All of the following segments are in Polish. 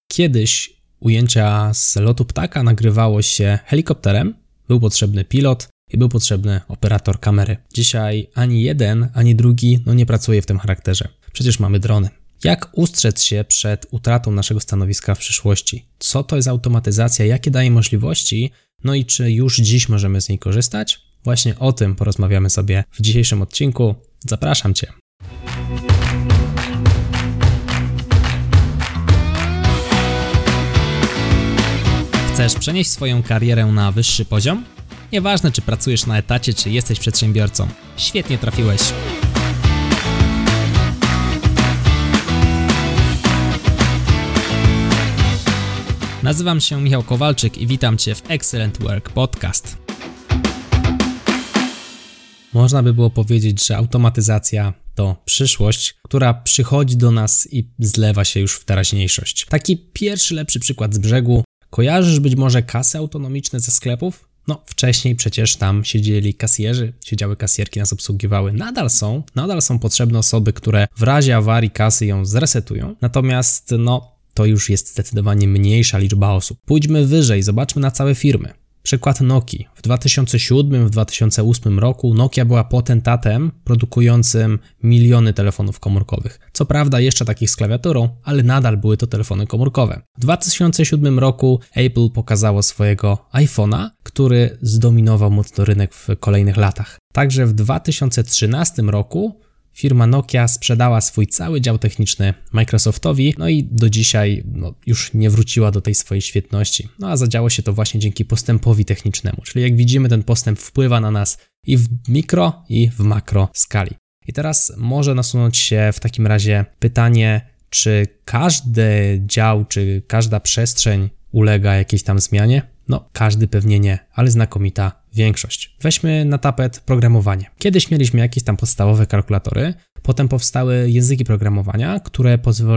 Kiedyś ujęcia z lotu ptaka nagrywało się helikopterem, był potrzebny pilot i był potrzebny operator kamery. Dzisiaj ani jeden, ani drugi nie pracuje w tym charakterze. Przecież mamy drony. Jak ustrzec się przed utratą naszego stanowiska w przyszłości? Co to jest automatyzacja? Jakie daje możliwości? I czy już dziś możemy z niej korzystać? Właśnie o tym porozmawiamy sobie w dzisiejszym odcinku. Zapraszam Cię. Chcesz przenieść swoją karierę na wyższy poziom? Nieważne, czy pracujesz na etacie, czy jesteś przedsiębiorcą. Świetnie trafiłeś. Nazywam się Michał Kowalczyk i witam Cię w Excellent Work Podcast. Można by było powiedzieć, że automatyzacja to przyszłość, która przychodzi do nas i zlewa się już w teraźniejszość. Taki pierwszy lepszy przykład z brzegu. Kojarzysz być może kasy autonomiczne ze sklepów? Wcześniej przecież tam siedzieli kasjerzy, siedziały kasjerki, nas obsługiwały. Nadal są potrzebne osoby, które w razie awarii kasy ją zresetują. Natomiast to już jest zdecydowanie mniejsza liczba osób. Pójdźmy wyżej, zobaczmy na całe firmy. Przykład Nokii. W 2007, w 2008 roku Nokia była potentatem produkującym miliony telefonów komórkowych. Co prawda jeszcze takich z klawiaturą, ale nadal były to telefony komórkowe. W 2007 roku Apple pokazało swojego iPhone'a, który zdominował mocno rynek w kolejnych latach. Także w 2013 roku firma Nokia sprzedała swój cały dział techniczny Microsoftowi, i do dzisiaj już nie wróciła do tej swojej świetności. A zadziało się to właśnie dzięki postępowi technicznemu, czyli jak widzimy, ten postęp wpływa na nas i w mikro, i w makro skali. I teraz może nasunąć się w takim razie pytanie, czy każdy dział, czy każda przestrzeń ulega jakiejś tam zmianie? Każdy pewnie nie, ale znakomita większość. Weźmy na tapet programowanie. Kiedyś mieliśmy jakieś tam podstawowe kalkulatory, potem powstały języki programowania, które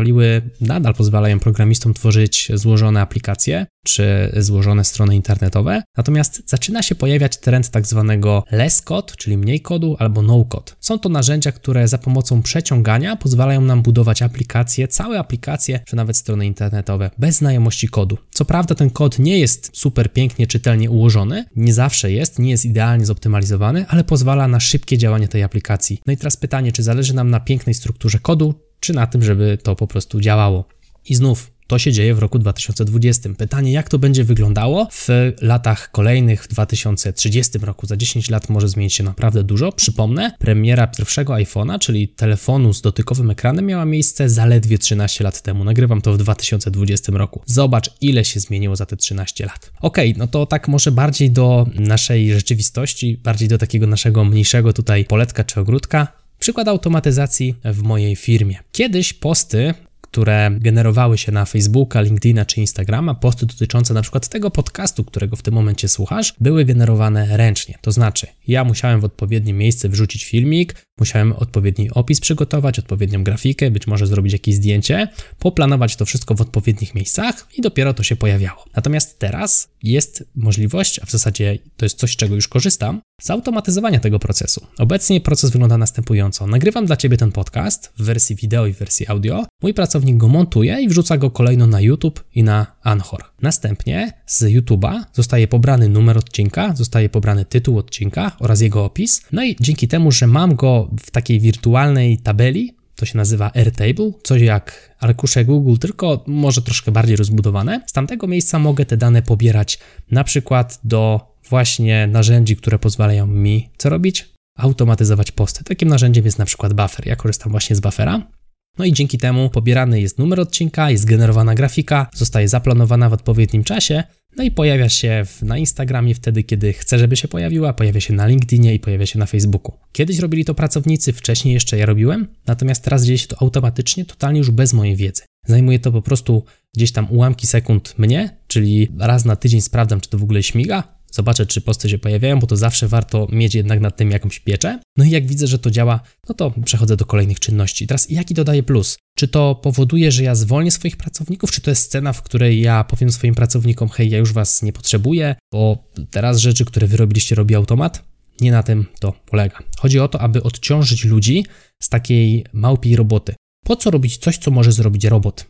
nadal pozwalają programistom tworzyć złożone aplikacje, czy złożone strony internetowe. Natomiast zaczyna się pojawiać trend tak zwanego less code, czyli mniej kodu, albo no code. Są to narzędzia, które za pomocą przeciągania pozwalają nam budować aplikacje, całe aplikacje, czy nawet strony internetowe bez znajomości kodu. Co prawda ten kod nie jest super pięknie, czytelnie ułożony, nie zawsze nie jest idealnie zoptymalizowany, ale pozwala na szybkie działanie tej aplikacji. I teraz pytanie, czy zależy nam na pięknej strukturze kodu, czy na tym, żeby to po prostu działało. I znów to się dzieje w roku 2020. Pytanie, jak to będzie wyglądało w latach kolejnych, w 2030 roku. Za 10 lat może zmienić się naprawdę dużo. Przypomnę, premiera pierwszego iPhone'a, czyli telefonu z dotykowym ekranem, miała miejsce zaledwie 13 lat temu. Nagrywam to w 2020 roku. Zobacz, ile się zmieniło za te 13 lat. To tak może bardziej do naszej rzeczywistości, bardziej do takiego naszego mniejszego tutaj poletka czy ogródka. Przykład automatyzacji w mojej firmie. Kiedyś posty, które generowały się na Facebooka, LinkedIna czy Instagrama, posty dotyczące na przykład tego podcastu, którego w tym momencie słuchasz, były generowane ręcznie. To znaczy, ja musiałem w odpowiednie miejsce wrzucić filmik, musiałem odpowiedni opis przygotować, odpowiednią grafikę, być może zrobić jakieś zdjęcie, poplanować to wszystko w odpowiednich miejscach i dopiero to się pojawiało. Natomiast teraz jest możliwość, a w zasadzie to jest coś, z czego już korzystam, zautomatyzowania tego procesu. Obecnie proces wygląda następująco. Nagrywam dla Ciebie ten podcast w wersji wideo i w wersji audio. Mój pracownik go montuje i wrzuca go kolejno na YouTube i na Anchor. Następnie z YouTube'a zostaje pobrany numer odcinka, zostaje pobrany tytuł odcinka oraz jego opis. I dzięki temu, że mam go w takiej wirtualnej tabeli, to się nazywa Airtable, coś jak arkusze Google, tylko może troszkę bardziej rozbudowane. Z tamtego miejsca mogę te dane pobierać na przykład do właśnie narzędzi, które pozwalają mi co robić? Automatyzować posty. Takim narzędziem jest na przykład Buffer. Ja korzystam właśnie z Buffera. I dzięki temu pobierany jest numer odcinka, jest generowana grafika, zostaje zaplanowana w odpowiednim czasie, i pojawia się na Instagramie wtedy, kiedy chcę, żeby się pojawiła, pojawia się na LinkedInie i pojawia się na Facebooku. Kiedyś robili to pracownicy, wcześniej jeszcze ja robiłem, natomiast teraz dzieje się to automatycznie, totalnie już bez mojej wiedzy. Zajmuje to po prostu gdzieś tam ułamki sekund mnie, czyli raz na tydzień sprawdzam, czy to w ogóle śmiga, zobaczę, czy posty się pojawiają, bo to zawsze warto mieć jednak nad tym jakąś pieczę. I jak widzę, że to działa, to przechodzę do kolejnych czynności. Teraz jaki to daje plus? Czy to powoduje, że ja zwolnię swoich pracowników? Czy to jest scena, w której ja powiem swoim pracownikom, hej, ja już was nie potrzebuję, bo teraz rzeczy, które wy robiliście, robi automat? Nie na tym to polega. Chodzi o to, aby odciążyć ludzi z takiej małpiej roboty. Po co robić coś, co może zrobić robot?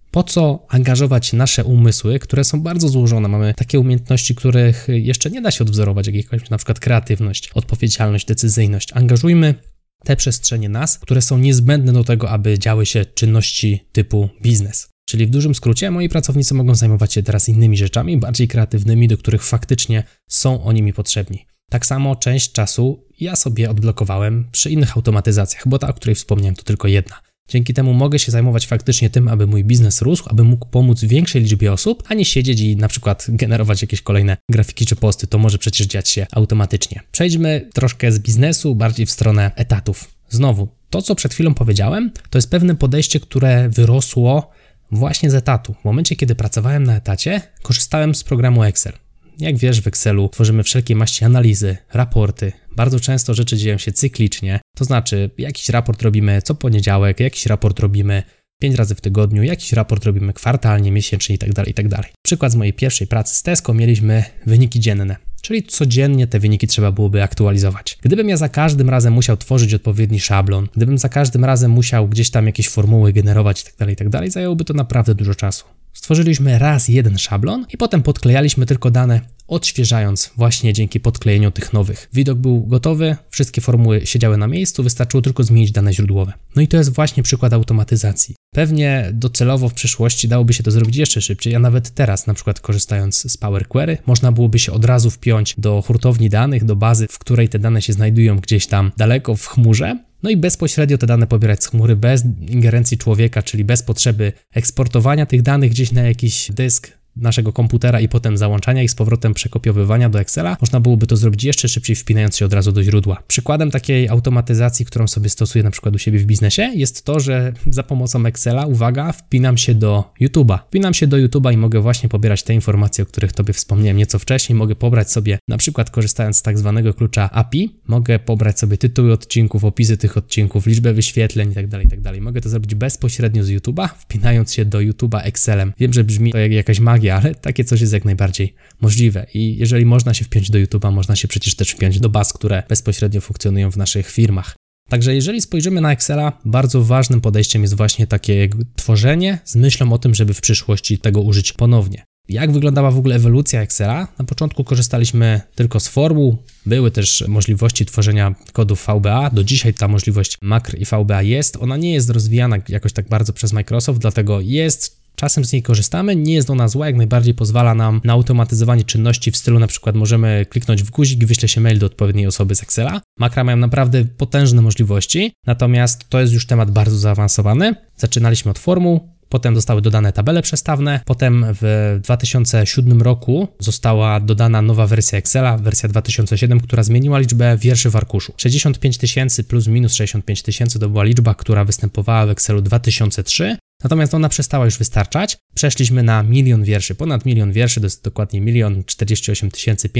Po co angażować nasze umysły, które są bardzo złożone? Mamy takie umiejętności, których jeszcze nie da się odwzorować, jakieś na przykład kreatywność, odpowiedzialność, decyzyjność. Angażujmy te przestrzenie nas, które są niezbędne do tego, aby działy się czynności typu biznes. Czyli w dużym skrócie moi pracownicy mogą zajmować się teraz innymi rzeczami, bardziej kreatywnymi, do których faktycznie są oni mi potrzebni. Tak samo część czasu ja sobie odblokowałem przy innych automatyzacjach, bo ta, o której wspomniałem, to tylko jedna. Dzięki temu mogę się zajmować faktycznie tym, aby mój biznes rósł, aby mógł pomóc większej liczbie osób, a nie siedzieć i na przykład generować jakieś kolejne grafiki czy posty. To może przecież dziać się automatycznie. Przejdźmy troszkę z biznesu bardziej w stronę etatów. Znowu, to co przed chwilą powiedziałem, to jest pewne podejście, które wyrosło właśnie z etatu. W momencie, kiedy pracowałem na etacie, korzystałem z programu Excel. Jak wiesz, w Excelu tworzymy wszelkie maści analizy, raporty. Bardzo często rzeczy dzieją się cyklicznie, to znaczy jakiś raport robimy co poniedziałek, jakiś raport robimy 5 razy w tygodniu, jakiś raport robimy kwartalnie, miesięcznie itd. Przykład z mojej pierwszej pracy z Tesco, mieliśmy wyniki dzienne, czyli codziennie te wyniki trzeba byłoby aktualizować. Gdybym ja za każdym razem musiał tworzyć odpowiedni szablon, gdybym za każdym razem musiał gdzieś tam jakieś formuły generować itd., zajęłoby to naprawdę dużo czasu. Stworzyliśmy raz jeden szablon i potem podklejaliśmy tylko dane, odświeżając właśnie dzięki podklejeniu tych nowych. Widok był gotowy, wszystkie formuły siedziały na miejscu, wystarczyło tylko zmienić dane źródłowe. No i to jest właśnie przykład automatyzacji. Pewnie docelowo w przyszłości dałoby się to zrobić jeszcze szybciej, a nawet teraz, na przykład korzystając z Power Query, można byłoby się od razu wpiąć do hurtowni danych, do bazy, w której te dane się znajdują gdzieś tam daleko w chmurze, no i bezpośrednio te dane pobierać z chmury bez ingerencji człowieka, czyli bez potrzeby eksportowania tych danych gdzieś na jakiś dysk naszego komputera i potem załączania ich z powrotem, przekopiowywania do Excela. Można byłoby to zrobić jeszcze szybciej, wpinając się od razu do źródła. Przykładem takiej automatyzacji, którą sobie stosuję na przykład u siebie w biznesie, jest to, że za pomocą Excela, uwaga, wpinam się do YouTube'a i mogę właśnie pobierać te informacje, o których Tobie wspomniałem nieco wcześniej. Mogę pobrać sobie, na przykład korzystając z tak zwanego klucza API, mogę pobrać sobie tytuły odcinków, opisy tych odcinków, liczbę wyświetleń itd. Mogę to zrobić bezpośrednio z YouTube'a, wpinając się do YouTube'a Excelem. Wiem, że brzmi to jak jakaś magia, ale takie coś jest jak najbardziej możliwe i jeżeli można się wpiąć do YouTube'a, można się przecież też wpiąć do baz, które bezpośrednio funkcjonują w naszych firmach. Także jeżeli spojrzymy na Excela, bardzo ważnym podejściem jest właśnie takie tworzenie z myślą o tym, żeby w przyszłości tego użyć ponownie. Jak wyglądała w ogóle ewolucja Excela? Na początku korzystaliśmy tylko z formuł, były też możliwości tworzenia kodów VBA, do dzisiaj ta możliwość makr i VBA jest, ona nie jest rozwijana jakoś tak bardzo przez Microsoft, dlatego czasem z niej korzystamy, nie jest ona zła, jak najbardziej pozwala nam na automatyzowanie czynności w stylu na przykład możemy kliknąć w guzik i wyśle się mail do odpowiedniej osoby z Excela. Makra mają naprawdę potężne możliwości, natomiast to jest już temat bardzo zaawansowany. Zaczynaliśmy od formuł, potem zostały dodane tabele przestawne, potem w 2007 roku została dodana nowa wersja Excela, wersja 2007, która zmieniła liczbę wierszy w arkuszu. 65 000 plus minus 65 000 to była liczba, która występowała w Excelu 2003, natomiast ona przestała już wystarczać. Przeszliśmy na 1 000 000 wierszy, ponad 1 000 000 wierszy, to jest dokładnie 1 048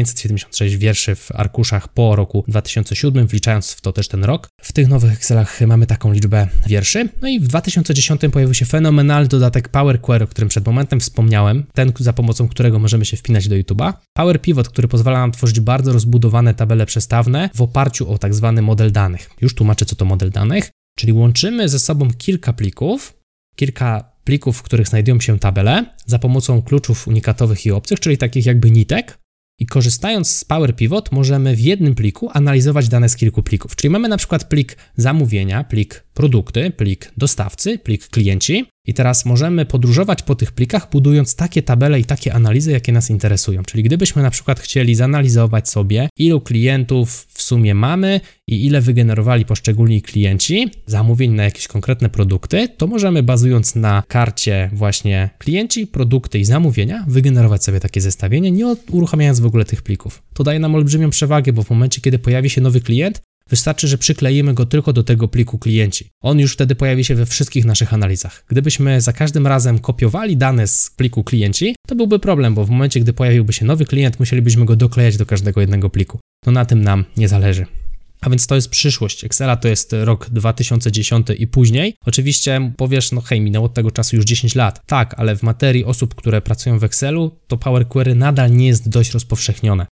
576 wierszy w arkuszach po roku 2007, wliczając w to też ten rok. W tych nowych Excelach mamy taką liczbę wierszy. No i w 2010 pojawił się fenomenalny dodatek Power Query, o którym przed momentem wspomniałem, ten za pomocą którego możemy się wpinać do YouTube'a. Power Pivot, który pozwala nam tworzyć bardzo rozbudowane tabele przestawne w oparciu o tak zwany model danych. Już tłumaczę, co to model danych, czyli łączymy ze sobą kilka plików, w których znajdują się tabele za pomocą kluczów unikatowych i obcych, czyli takich jakby nitek, i korzystając z Power Pivot możemy w jednym pliku analizować dane z kilku plików. Czyli mamy na przykład plik zamówienia, plik produkty, plik dostawcy, plik klienci i teraz możemy podróżować po tych plikach, budując takie tabele i takie analizy, jakie nas interesują. Czyli gdybyśmy na przykład chcieli zanalizować sobie, ilu klientów w sumie mamy i ile wygenerowali poszczególni klienci zamówień na jakieś konkretne produkty, to możemy bazując na karcie właśnie klienci, produkty i zamówienia wygenerować sobie takie zestawienie, nie uruchamiając w ogóle tych plików. To daje nam olbrzymią przewagę, bo w momencie, kiedy pojawi się nowy klient, wystarczy, że przykleimy go tylko do tego pliku klienci. On już wtedy pojawi się we wszystkich naszych analizach. Gdybyśmy za każdym razem kopiowali dane z pliku klienci, to byłby problem, bo w momencie, gdy pojawiłby się nowy klient, musielibyśmy go doklejać do każdego jednego pliku. No na tym nam nie zależy. A więc to jest przyszłość. Excela to jest rok 2010 i później. Oczywiście powiesz, no hej, minęło od tego czasu już 10 lat. Tak, ale w materii osób, które pracują w Excelu, to Power Query nadal nie jest dość rozpowszechnione.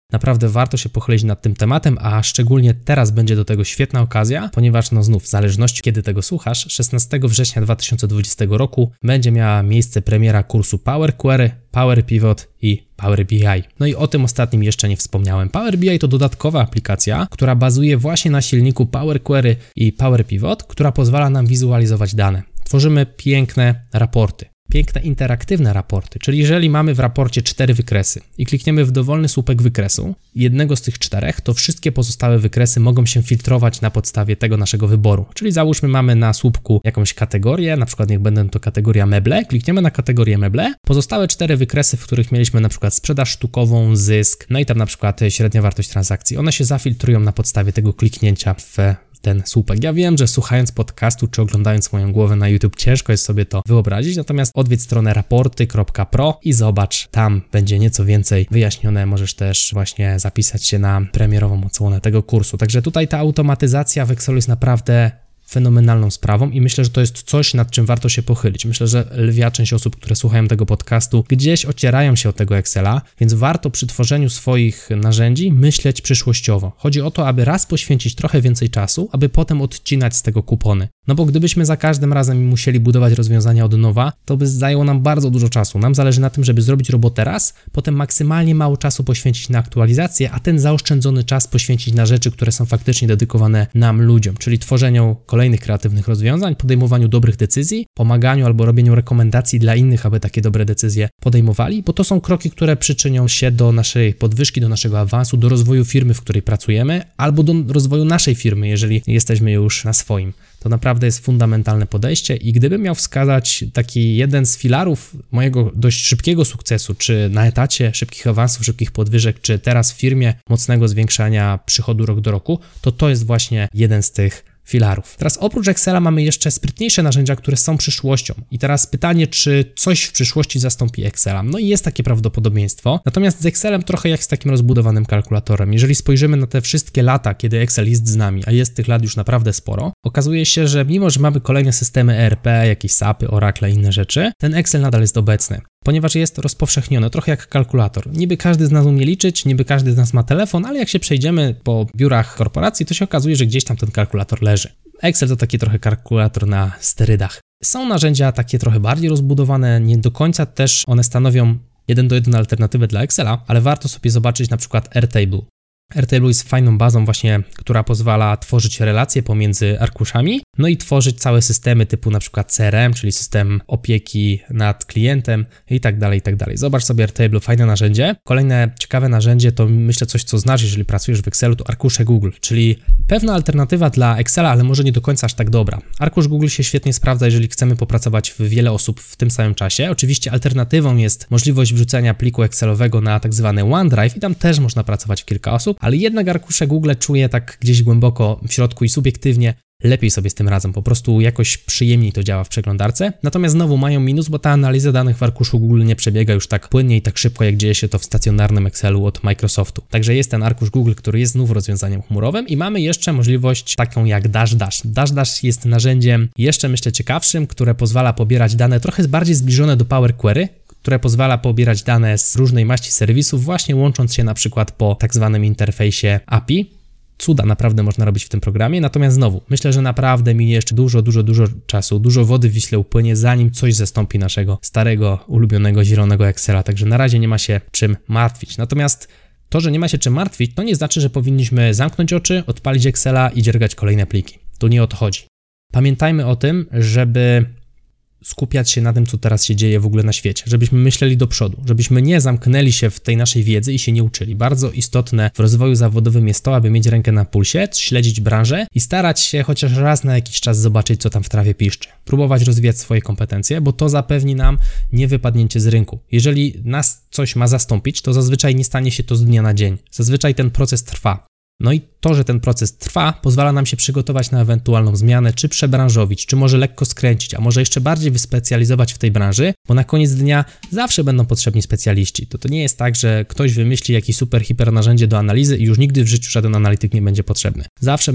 Naprawdę warto się pochylić nad tym tematem, a szczególnie teraz będzie do tego świetna okazja, ponieważ znów w zależności kiedy tego słuchasz, 16 września 2020 roku będzie miała miejsce premiera kursu Power Query, Power Pivot i Power BI. No i o tym ostatnim jeszcze nie wspomniałem. Power BI to dodatkowa aplikacja, która bazuje właśnie na silniku Power Query i Power Pivot, która pozwala nam wizualizować dane. Tworzymy piękne raporty. Piękne, interaktywne raporty, czyli jeżeli mamy w raporcie 4 wykresy i klikniemy w dowolny słupek wykresu, jednego z tych 4, to wszystkie pozostałe wykresy mogą się filtrować na podstawie tego naszego wyboru. Czyli załóżmy mamy na słupku jakąś kategorię, na przykład niech będą to kategoria meble, klikniemy na kategorię meble, pozostałe 4 wykresy, w których mieliśmy na przykład sprzedaż sztukową, zysk, no i tam na przykład średnia wartość transakcji, one się zafiltrują na podstawie tego kliknięcia w ten słupek. Ja wiem, że słuchając podcastu czy oglądając moją głowę na YouTube ciężko jest sobie to wyobrazić, natomiast odwiedź stronę raporty.pro i zobacz, tam będzie nieco więcej wyjaśnione. Możesz też właśnie zapisać się na premierową odsłonę tego kursu. Także tutaj ta automatyzacja w Excelu jest naprawdę fenomenalną sprawą i myślę, że to jest coś, nad czym warto się pochylić. Myślę, że lwia część osób, które słuchają tego podcastu, gdzieś ocierają się od tego Excela, więc warto przy tworzeniu swoich narzędzi myśleć przyszłościowo. Chodzi o to, aby raz poświęcić trochę więcej czasu, aby potem odcinać z tego kupony. No bo gdybyśmy za każdym razem musieli budować rozwiązania od nowa, to by zajęło nam bardzo dużo czasu. Nam zależy na tym, żeby zrobić robotę raz, potem maksymalnie mało czasu poświęcić na aktualizację, a ten zaoszczędzony czas poświęcić na rzeczy, które są faktycznie dedykowane nam, ludziom, czyli tworzeniu kolejnych kreatywnych rozwiązań, podejmowaniu dobrych decyzji, pomaganiu albo robieniu rekomendacji dla innych, aby takie dobre decyzje podejmowali, bo to są kroki, które przyczynią się do naszej podwyżki, do naszego awansu, do rozwoju firmy, w której pracujemy, albo do rozwoju naszej firmy, jeżeli jesteśmy już na swoim. To naprawdę jest fundamentalne podejście i gdybym miał wskazać taki jeden z filarów mojego dość szybkiego sukcesu, czy na etacie szybkich awansów, szybkich podwyżek, czy teraz w firmie mocnego zwiększania przychodu rok do roku, to jest właśnie jeden z tych filarów. Teraz oprócz Excela mamy jeszcze sprytniejsze narzędzia, które są przyszłością. I teraz pytanie, czy coś w przyszłości zastąpi Excela? No i jest takie prawdopodobieństwo. Natomiast z Excelem trochę jak z takim rozbudowanym kalkulatorem. Jeżeli spojrzymy na te wszystkie lata, kiedy Excel jest z nami, a jest tych lat już naprawdę sporo, okazuje się, że mimo, że mamy kolejne systemy ERP, jakieś SAP-y, Oracle i inne rzeczy, ten Excel nadal jest obecny. Ponieważ jest rozpowszechniony, trochę jak kalkulator. Niby każdy z nas umie liczyć, niby każdy z nas ma telefon, ale jak się przejdziemy po biurach korporacji, to się okazuje, że gdzieś tam ten kalkulator leży. Excel to taki trochę kalkulator na sterydach. Są narzędzia takie trochę bardziej rozbudowane, nie do końca też one stanowią 1:1 alternatywę dla Excela, ale warto sobie zobaczyć na przykład Airtable. Airtable jest fajną bazą właśnie, która pozwala tworzyć relacje pomiędzy arkuszami, no i tworzyć całe systemy typu na przykład CRM, czyli system opieki nad klientem i tak dalej, i tak dalej. Zobacz sobie Airtable, fajne narzędzie. Kolejne ciekawe narzędzie to myślę coś, co znasz, jeżeli pracujesz w Excelu, to arkusze Google, czyli pewna alternatywa dla Excela, ale może nie do końca aż tak dobra. Arkusz Google się świetnie sprawdza, jeżeli chcemy popracować w wiele osób w tym samym czasie. Oczywiście alternatywą jest możliwość wrzucenia pliku Excelowego na tak zwany OneDrive i tam też można pracować w kilka osób, ale jednak arkusze Google czuję tak gdzieś głęboko w środku i subiektywnie lepiej sobie z tym radzą, po prostu jakoś przyjemniej to działa w przeglądarce. Natomiast znowu mają minus, bo ta analiza danych w arkuszu Google nie przebiega już tak płynnie i tak szybko, jak dzieje się to w stacjonarnym Excelu od Microsoftu. Także jest ten arkusz Google, który jest znów rozwiązaniem chmurowym i mamy jeszcze możliwość taką jak DashDash. DashDash jest narzędziem jeszcze myślę ciekawszym, które pozwala pobierać dane trochę bardziej zbliżone do Power Query, które pozwala pobierać dane z różnej maści serwisów, właśnie łącząc się na przykład po tak zwanym interfejsie API. Cuda naprawdę można robić w tym programie, natomiast znowu, myślę, że naprawdę minie jeszcze dużo czasu, dużo wody w Wiśle upłynie, zanim coś zastąpi naszego starego, ulubionego, zielonego Excela, także na razie nie ma się czym martwić. Natomiast to, że nie ma się czym martwić, to nie znaczy, że powinniśmy zamknąć oczy, odpalić Excela i dziergać kolejne pliki. Tu nie o to chodzi. Pamiętajmy o tym, żeby skupiać się na tym, co teraz się dzieje w ogóle na świecie, żebyśmy myśleli do przodu, żebyśmy nie zamknęli się w tej naszej wiedzy i się nie uczyli. Bardzo istotne w rozwoju zawodowym jest to, aby mieć rękę na pulsie, śledzić branżę i starać się chociaż raz na jakiś czas zobaczyć, co tam w trawie piszczy. Próbować rozwijać swoje kompetencje, bo to zapewni nam niewypadnięcie z rynku. Jeżeli nas coś ma zastąpić, to zazwyczaj nie stanie się to z dnia na dzień. Zazwyczaj ten proces trwa. No i to, że ten proces trwa, pozwala nam się przygotować na ewentualną zmianę, czy przebranżowić, czy może lekko skręcić, a może jeszcze bardziej wyspecjalizować w tej branży, bo na koniec dnia zawsze będą potrzebni specjaliści. To nie jest tak, że ktoś wymyśli jakieś super, hiper narzędzie do analizy i już nigdy w życiu żaden analityk nie będzie potrzebny. Zawsze będzie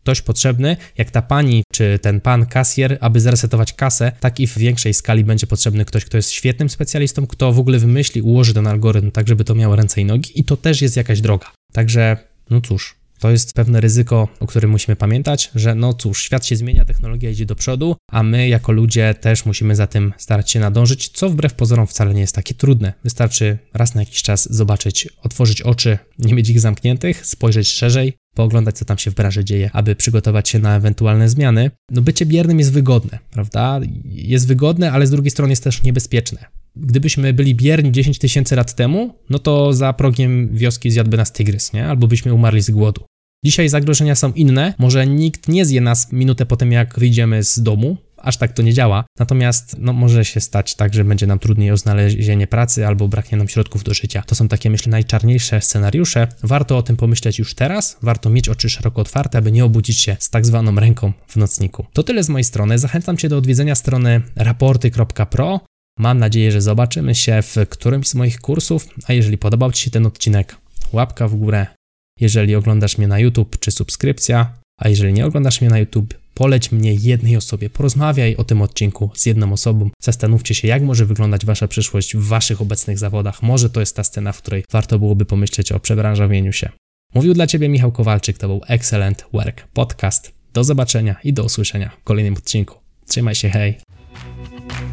ktoś potrzebny, jak ta pani czy ten pan kasjer, aby zresetować kasę, tak i w większej skali będzie potrzebny ktoś, kto jest świetnym specjalistą, kto w ogóle wymyśli, ułoży ten algorytm tak, żeby to miało ręce i nogi i to też jest jakaś droga. Także, no cóż, to jest pewne ryzyko, o którym musimy pamiętać, że no cóż, świat się zmienia, technologia idzie do przodu, a my jako ludzie też musimy za tym starać się nadążyć, co wbrew pozorom wcale nie jest takie trudne. Wystarczy raz na jakiś czas zobaczyć, otworzyć oczy, nie mieć ich zamkniętych, spojrzeć szerzej, pooglądać, co tam się w branży dzieje, aby przygotować się na ewentualne zmiany. No bycie biernym jest wygodne, prawda? Jest wygodne, ale z drugiej strony jest też niebezpieczne. Gdybyśmy byli bierni 10 000 lat temu, no to za progiem wioski zjadłby nas tygrys, nie? Albo byśmy umarli z głodu. Dzisiaj zagrożenia są inne, może nikt nie zje nas minutę po tym, jak wyjdziemy z domu, aż tak to nie działa, natomiast no, może się stać tak, że będzie nam trudniej o znalezienie pracy albo braknie nam środków do życia. To są takie, myślę, najczarniejsze scenariusze. Warto o tym pomyśleć już teraz, warto mieć oczy szeroko otwarte, aby nie obudzić się z tak zwaną ręką w nocniku. To tyle z mojej strony, zachęcam Cię do odwiedzenia strony raporty.pro. Mam nadzieję, że zobaczymy się w którymś z moich kursów, a jeżeli podobał Ci się ten odcinek, łapka w górę. Jeżeli oglądasz mnie na YouTube, czy subskrypcja, a jeżeli nie oglądasz mnie na YouTube, poleć mnie jednej osobie, porozmawiaj o tym odcinku z jedną osobą, zastanówcie się, jak może wyglądać Wasza przyszłość w Waszych obecnych zawodach. Może to jest ta scena, w której warto byłoby pomyśleć o przebranżowieniu się. Mówił dla Ciebie Michał Kowalczyk, to był Excellent Work Podcast. Do zobaczenia i do usłyszenia w kolejnym odcinku. Trzymaj się, hej!